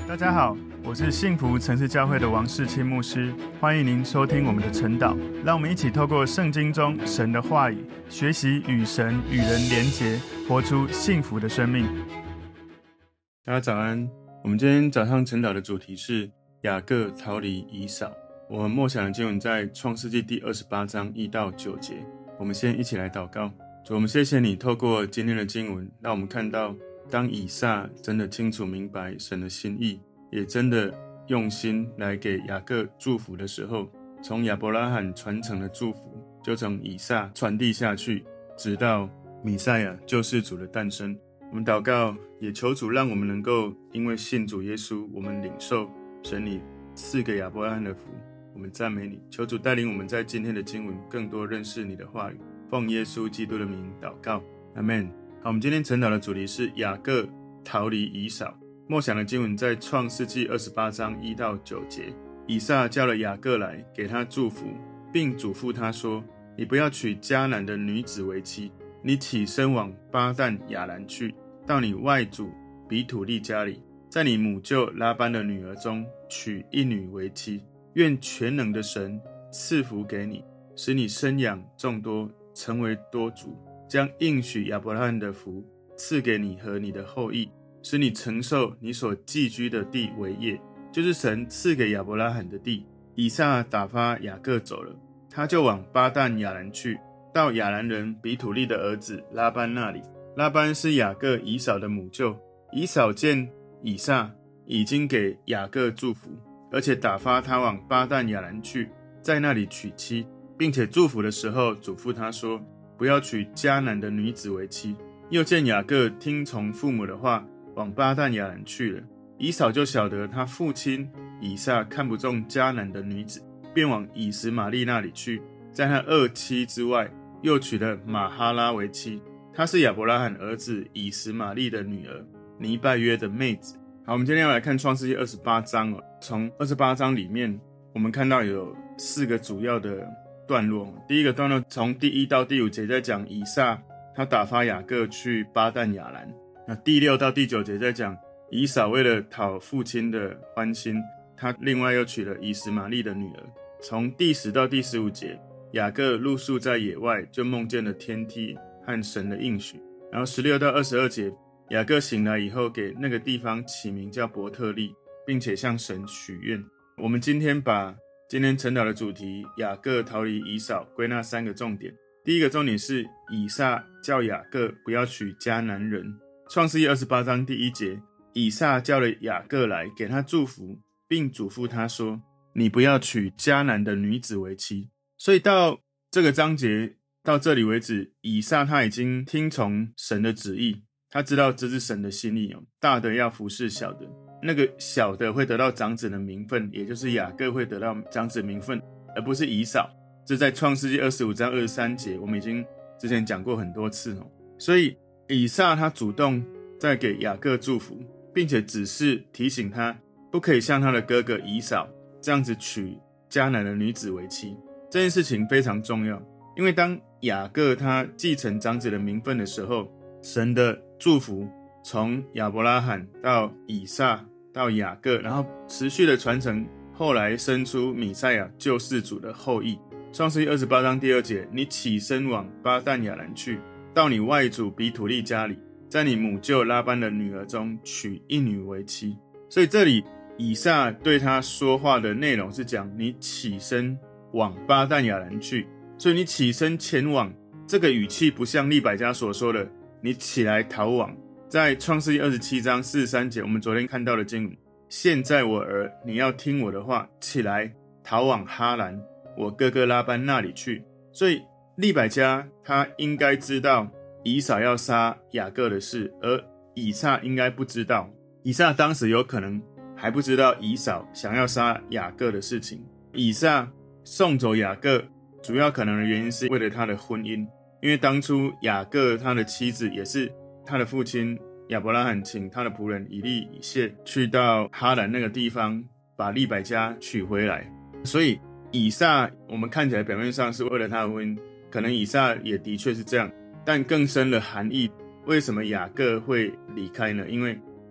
大家好，我是幸福城市教会的王世清牧师，欢迎您收听我们的晨祷。让我们一起透过圣经中神的话语，学习与神与人连结，活出幸福的生命。大家早安，我们今天早上晨祷的主题是雅各逃离以扫。我们默想的经文在创世纪第28章1到9节。我们先一起来祷告。主，我们谢谢你透过今天的经文，让我们看到当以撒真的清楚明白神的心意，也真的用心来给雅各祝福的时候，从亚伯拉罕传承的祝福就从以撒传递下去，直到弥赛亚救世主的诞生。我们祷告，也求主让我们能够因为信主耶稣，我们领受神你赐给亚伯拉罕的福。我们赞美你，求主带领我们在今天的经文更多认识你的话语，奉耶稣基督的名祷告，阿们。好，我们今天晨祷的主题是雅各逃离以扫。默想的经文在创世纪28章1到9节。以撒叫了雅各来，给他祝福，并嘱咐他说：你不要娶迦南的女子为妻，你起身往巴旦亚兰去，到你外祖比土利家里，在你母舅拉班的女儿中娶一女为妻。愿全能的神赐福给你，使你生养众多，成为多族，将应许亚伯拉罕的福赐给你和你的后裔，使你承受你所寄居的地为业，就是神赐给亚伯拉罕的地。以撒打发雅各走了，他就往巴旦亚兰去，到亚兰人比土利的儿子拉班那里。拉班是雅各以扫的母舅。以扫见以撒已经给雅各祝福，而且打发他往巴旦亚兰去，在那里娶妻，并且祝福的时候嘱咐他说：不要娶迦南的女子为妻。又见雅各听从父母的话，往巴旦亚兰去了。以扫就晓得他父亲以撒看不中迦南的女子，便往以实玛利那里去，在他二妻之外，又娶了玛哈拉为妻。她是亚伯拉罕儿子以实玛利的女儿，尼拜约的妹子。好，我们今天要来看创世纪28章。从28章里面，我们看到有4个主要的段落。第一个段落从第1到第5节在讲以撒他打发雅各去巴旦亚兰。那第6到第9节在讲以扫为了讨父亲的欢心，他另外又娶了以实玛利的女儿。从第10到第15节，雅各露宿在野外，就梦见了天梯和神的应许。然后16到22节，雅各醒来以后，给那个地方起名叫伯特利，并且向神许愿。我们今天把今天晨祷的主题雅各逃离以扫归纳3个重点。第一个重点是以撒叫雅各不要娶迦南人。创世纪28章第1节，以撒叫了雅各来，给他祝福，并嘱咐他说：你不要娶迦南的女子为妻。所以到这个章节到这里为止，以撒他已经听从神的旨意，他知道这是神的心意，大的要服侍小的，那个小的会得到长子的名分，也就是雅各会得到长子名分，而不是以扫。这在创世纪25章23节我们已经之前讲过很多次。所以以撒他主动在给雅各祝福，并且指示提醒他不可以像他的哥哥以扫这样子娶迦南的女子为妻。这件事情非常重要，因为当雅各他继承长子的名分的时候，神的祝福从亚伯拉罕到以撒到雅各，然后持续的传承，后来生出弥赛亚救世主的后裔。创世纪28章第2节，你起身往巴旦亚兰去，到你外祖比土利家里，在你母舅拉班的女儿中娶一女为妻。所以这里以撒对他说话的内容是讲你起身往巴旦亚兰去，所以你起身前往，这个语气不像利百加所说的你起来逃往。在创世纪27章43节，我们昨天看到的经文，现在我儿，你要听我的话，起来逃往哈兰，我哥哥拉班那里去。所以利百加他应该知道以扫要杀雅各的事，而以撒应该不知道。以撒当时有可能还不知道以扫想要杀雅各的事情。以撒送走雅各主要可能的原因是为了他的婚姻，因为当初雅各他的妻子也是他的父亲亚伯拉罕请他的仆人以利以谢去到哈兰那个地方把利百加娶回来。所以以撒我们看起来表面上是为了他的婚姻，可能以撒也的确是这样，但更深的含义，为什么雅各会离开呢？因为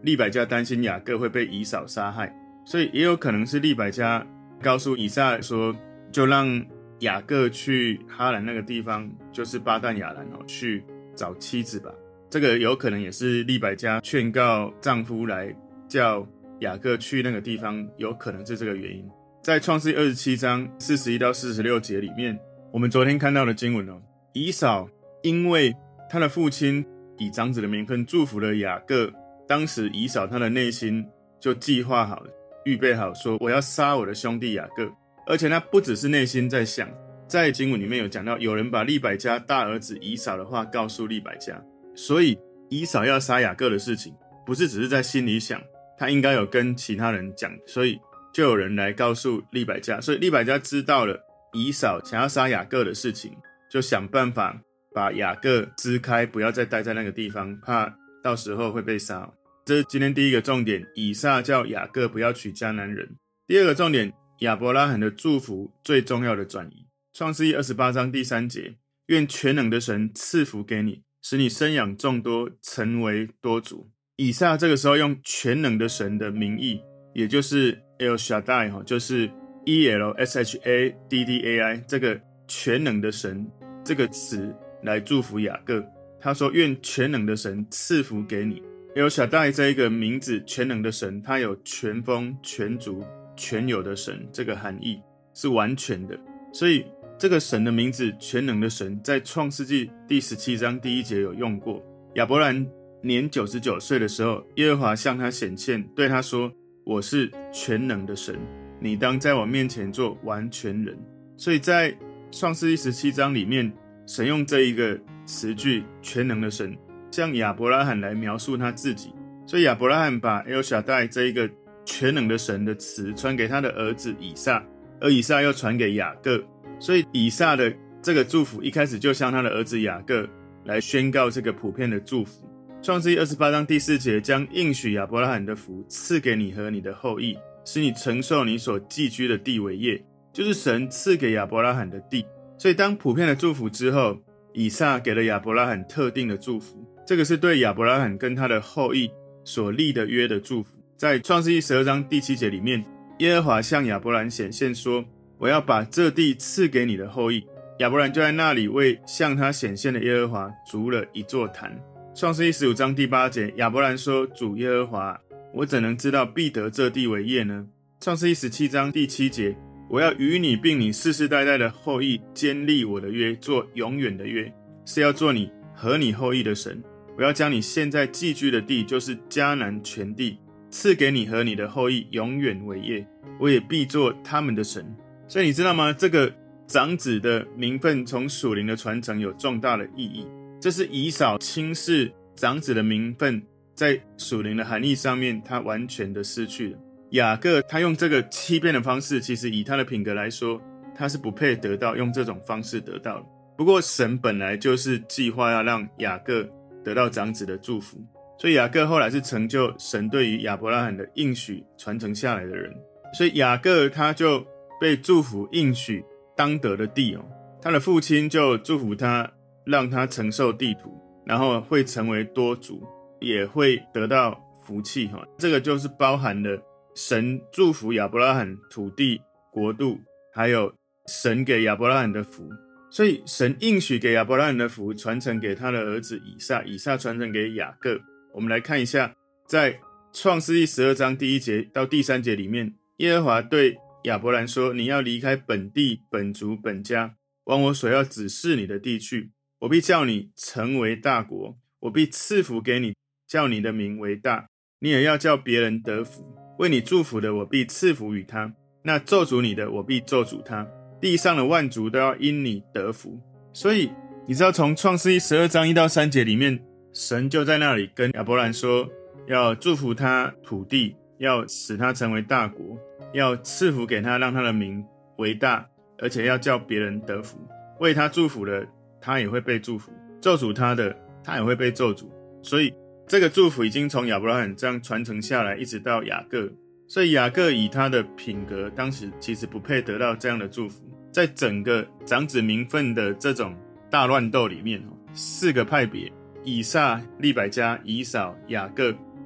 利百加担心雅各会被以扫杀害，所以也有可能是利百加告诉以撒说，就让雅各去哈兰那个地方，就是巴旦亚兰去找妻子吧。这个有可能也是利百加劝告丈夫来叫雅各去那个地方，有可能是这个原因。在创世记27章41到46节里面，我们昨天看到的经文以扫因为他的父亲以长子的名分祝福了雅各，当时以扫他的内心就计划好了，预备好说我要杀我的兄弟雅各，而且他不只是内心在想，在经文里面有讲到，有人把利百加大儿子以扫的话告诉利百加，所以以扫要杀雅各的事情不是只是在心里想，他应该有跟其他人讲，所以就有人来告诉利百加，所以利百加知道了以扫想要杀雅各的事情，就想办法把雅各支开，不要再待在那个地方，怕到时候会被杀。这是今天第一个重点，以撒叫雅各不要娶迦南人。第二个重点，亚伯拉罕的祝福最重要的转移。创世记28章第3节，愿全能的神赐福给你，使你生养众多，成为多族。以撒这个时候用全能的神的名义，也就是 El Shaddai， 就是 ELSHADDAI 这个全能的神这个词来祝福雅各。他说愿全能的神赐福给你。El Shaddai 这一个名字，全能的神，它有全丰、全足、全有的神，这个含义是完全的。所以这个神的名字全能的神在创世纪第17章第1节有用过。亚伯兰年99岁的时候，耶和华向他显现，对他说，我是全能的神，你当在我面前做完全人。所以在创世纪17章里面，神用这一个词句全能的神向亚伯拉罕来描述他自己，所以亚伯拉罕把 El Shaddai 这一个全能的神的词传给他的儿子以撒，而以撒又传给雅各，所以以撒的这个祝福一开始就向他的儿子雅各来宣告这个普遍的祝福。创世记28章第4节，将应许亚伯拉罕的福赐给你和你的后裔，使你承受你所寄居的地为业，就是神赐给亚伯拉罕的地。所以当普遍的祝福之后，以撒给了亚伯拉罕特定的祝福，这个是对亚伯拉罕跟他的后裔所立的约的祝福。在创世记12章第7节里面，耶和华向亚伯兰显现说，我要把这地赐给你的后裔。亚伯兰就在那里为向他显现的耶和华筑了一座坛。创世记15章第8节，亚伯兰说，主耶和华，我怎能知道必得这地为业呢？创世记17章第7节，我要与你并你世世代代的后裔坚立我的约，做永远的约，是要做你和你后裔的神。我要将你现在寄居的地，就是迦南全地，赐给你和你的后裔永远为业，我也必做他们的神。所以你知道吗？这个长子的名分从属灵的传承有重大的意义，这是以扫轻视长子的名分在属灵的含义上面他完全的失去了。雅各他用这个欺骗的方式，其实以他的品格来说，他是不配得到用这种方式得到的。不过神本来就是计划要让雅各得到长子的祝福，所以雅各后来是成就神对于亚伯拉罕的应许传承下来的人。所以雅各他就被祝福应许当得的地他的父亲就祝福他，让他承受地土，然后会成为多族，也会得到福气这个就是包含了神祝福亚伯拉罕土地、国度，还有神给亚伯拉罕的福。所以神应许给亚伯拉罕的福传承给他的儿子以撒，以撒传承给雅各。我们来看一下，在创世记12章第1节到第3节里面，耶和华对亚伯兰说，你要离开本地、本族、本家，往我所要指示你的地去，我必叫你成为大国，我必赐福给你，叫你的名为大，你也要叫别人得福。为你祝福的，我必赐福于他；那咒诅你的，我必咒诅他。地上的万族都要因你得福。所以你知道，从创世记12章1到3节里面，神就在那里跟亚伯兰说，要祝福他土地，要使他成为大国，要赐福给他，让他的名为大，而且要叫别人得福。为他祝福的，他也会被祝福；咒诅他的，他也会被咒诅。所以这个祝福已经从亚伯拉罕这样传承下来，一直到雅各。所以雅各以他的品格，当时其实不配得到这样的祝福。在整个长子名分的这种大乱斗里面，4个派别，以撒、利百加、以扫、雅各，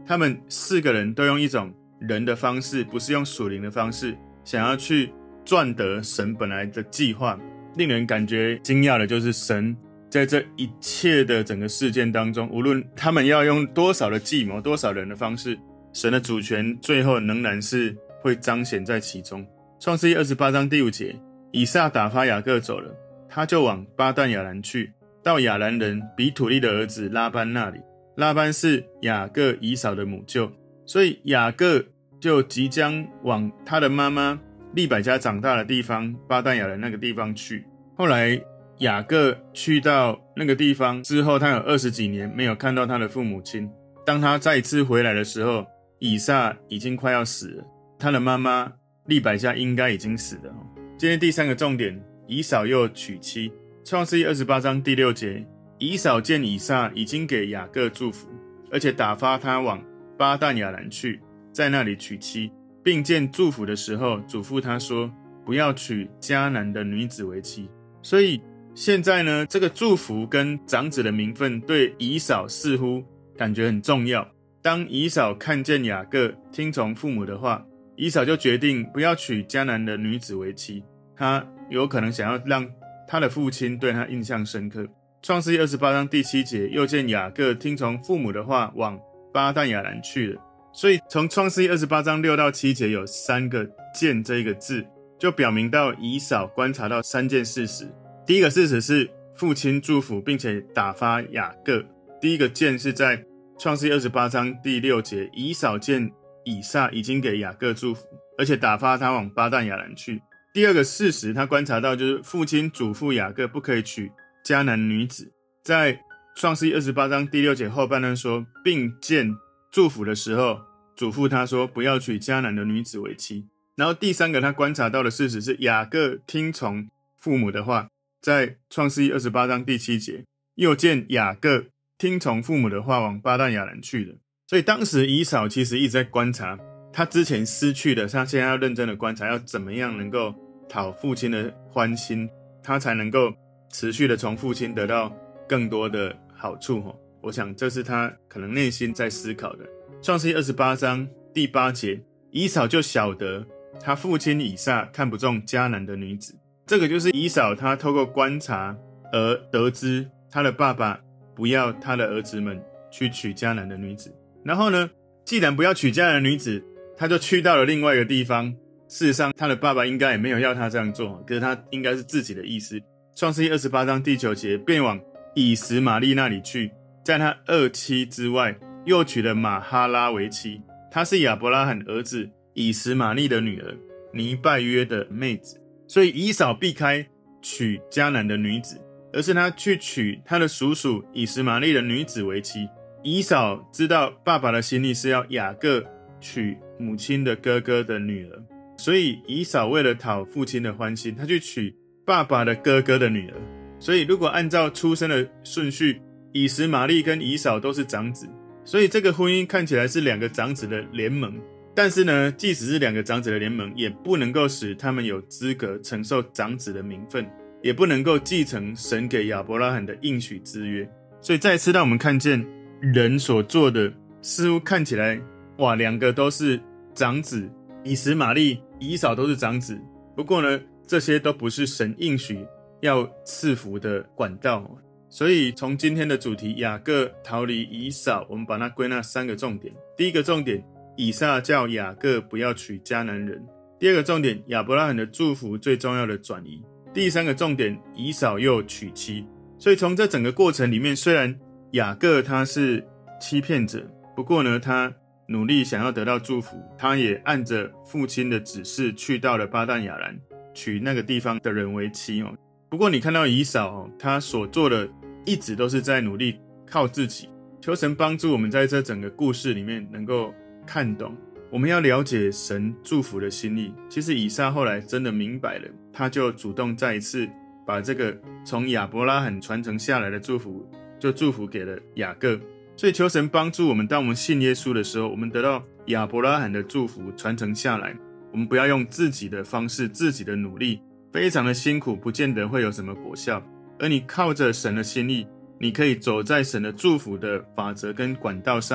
他们4个人都用一种人的方式，不是用属灵的方式，想要去赚得神本来的计划。令人感觉惊讶的就是神在这一切的整个事件当中，无论他们要用多少的计谋，多少人的方式，神的主权最后仍然是会彰显在其中。创世记28章第5节，以撒打发雅各走了，他就往巴旦亚兰去，到亚兰人比土利的儿子拉班那里。拉班是雅各以扫的母舅，所以雅各就即将往他的妈妈利百加长大的地方巴旦亚兰那个地方去。后来雅各去到那个地方之后，他有20几年没有看到他的父母亲。当他再一次回来的时候，以撒已经快要死了，他的妈妈利百加应该已经死了。今天第3个重点，以扫又娶妻。创世记28章第6节，以扫见以撒已经给雅各祝福，而且打发他往巴旦亚兰去，在那里娶妻，并见祝福的时候嘱咐他说，不要娶迦南的女子为妻。所以现在呢，这个祝福跟长子的名分对以扫似乎感觉很重要。当以扫看见雅各听从父母的话，以扫就决定不要娶迦南的女子为妻，他有可能想要让他的父亲对他印象深刻。创世记28章第7节，又见雅各听从父母的话往巴旦亚兰去了。所以从创世记28章6到7节有3个见这个字，就表明到以扫观察到3件事实。第一个事实是父亲祝福并且打发雅各。第一个见是在创世记28章第6节，以扫见以撒已经给雅各祝福，而且打发他往巴旦亚兰去。第二个事实他观察到就是父亲嘱咐雅各不可以娶迦南女子，在创世记28章第6节后半段说，并见祝福的时候嘱咐他说不要娶迦南的女子为妻。然后第3个他观察到的事实是雅各听从父母的话，在创世记28章第7节，又见雅各听从父母的话往巴旦亚兰去了。所以当时以扫其实一直在观察他之前失去的，他现在要认真的观察要怎么样能够讨父亲的欢心，他才能够持续的从父亲得到更多的好处。我想这是他可能内心在思考的。创世记28章第8节，以扫就晓得他父亲以撒看不中迦南的女子。这个就是以扫他透过观察而得知他的爸爸不要他的儿子们去娶迦南的女子。然后呢，既然不要娶迦南的女子，他就去到了另外一个地方。事实上他的爸爸应该也没有要他这样做，可是他应该是自己的意思。创世记28章第9节，便往以实玛利那里去，在他2妻之外又娶了玛哈拉为妻，她是亚伯拉罕儿子以实玛利的女儿，尼拜约的妹子。所以以扫避开娶迦南的女子，而是他去娶他的叔叔以实玛利的女子为妻。以扫知道爸爸的心意是要雅各娶母亲的哥哥的女儿，所以以扫为了讨父亲的欢心，他去娶爸爸的哥哥的女儿。所以如果按照出生的顺序，以实玛利跟以扫都是长子，所以这个婚姻看起来是2个长子的联盟。但是呢，即使是2个长子的联盟，也不能够使他们有资格承受长子的名分，也不能够继承神给亚伯拉罕的应许之约。所以再次让我们看见人所做的似乎看起来哇，2个都是长子，以实玛利、以扫都是长子。不过呢，这些都不是神应许要赐福的管道。所以从今天的主题雅各逃离以扫，我们把它归纳3个重点。第一个重点，以撒叫雅各不要娶迦南人。第2个重点，亚伯拉罕的祝福最重要的转移。第3个重点，以扫又娶妻。所以从这整个过程里面，虽然雅各他是欺骗者，不过呢，他努力想要得到祝福，他也按着父亲的指示去到了巴旦亚兰，娶那个地方的人为妻。不过你看到以扫他所做的一直都是在努力靠自己。求神帮助我们在这整个故事里面能够看懂，我们要了解神祝福的心意。其实以撒后来真的明白了，他就主动再一次把这个从亚伯拉罕传承下来的祝福就祝福给了雅各。所以求神帮助我们，当我们信耶稣的时候，我们得到亚伯拉罕的祝福传承下来，我们不要用自己的方式，自己的努力，非常的辛苦，不见得会有什么果效。而你靠着神的心意，你可以走在神的祝福的法则跟管道上，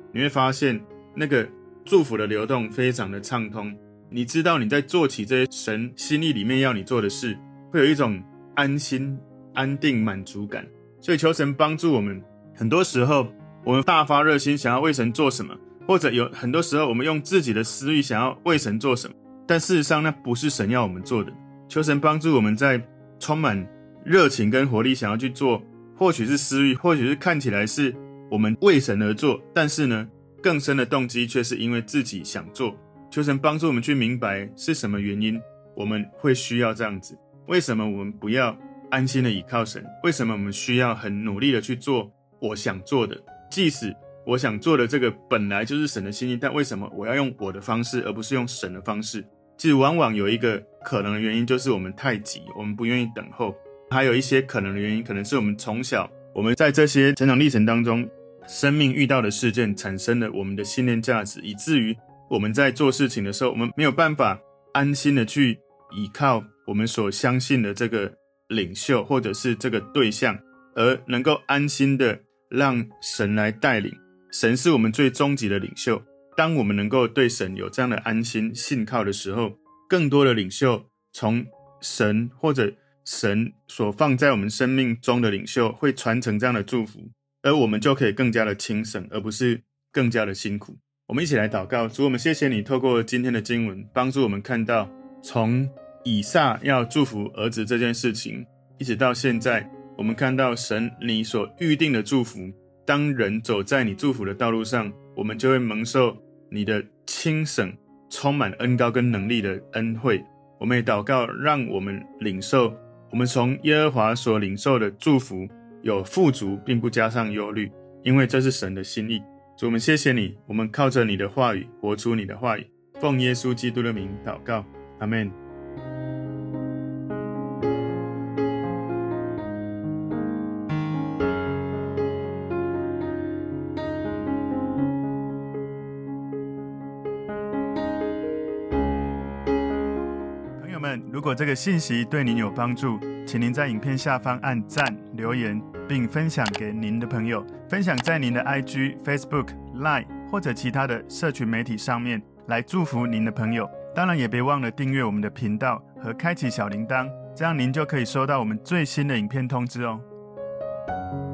你会发现那个祝福的流动非常的畅通。你知道你在做起这些神心意里面要你做的事，会有一种安心、安定、满足感。所以求神帮助我们，很多时候我们大发热心想要为神做什么，或者有很多时候我们用自己的私欲想要为神做什么，但事实上那不是神要我们做的。求神帮助我们在充满热情跟活力想要去做，或许是私欲，或许是看起来是我们为神而做，但是呢更深的动机却是因为自己想做。求神帮助我们去明白是什么原因我们会需要这样子，为什么我们不要安心的倚靠神，为什么我们需要很努力的去做我想做的，即使我想做的这个本来就是神的心意，但为什么我要用我的方式而不是用神的方式。其实往往有一个可能的原因就是我们太急，我们不愿意等候，还有一些可能的原因可能是我们从小我们在这些成长历程当中生命遇到的事件产生了我们的信念价值，以至于我们在做事情的时候我们没有办法安心的去依靠我们所相信的这个领袖或者是这个对象，而能够安心的让神来带领。神是我们最终极的领袖，当我们能够对神有这样的安心信靠的时候，更多的领袖从神或者神所放在我们生命中的领袖会传承这样的祝福，而我们就可以更加的轻省，而不是更加的辛苦。我们一起来祷告。主，我们谢谢你透过今天的经文帮助我们看到从以撒要祝福儿子这件事情一直到现在，我们看到神你所预定的祝福，当人走在你祝福的道路上，我们就会蒙受你的轻省充满恩膏跟能力的恩惠。我们也祷告让我们领受我们从耶和华所领受的祝福有富足并不加上忧虑，因为这是神的心意。主，我们谢谢你，我们靠着你的话语活出你的话语，奉耶稣基督的名祷告，阿们。朋友们，如果这个信息对您有帮助，请您在影片下方按赞、留言，并分享给您的朋友，分享在您的 IG、Facebook、Line 或者其他的社群媒体上面，来祝福您的朋友。当然也别忘了订阅我们的频道和开启小铃铛，这样您就可以收到我们最新的影片通知哦。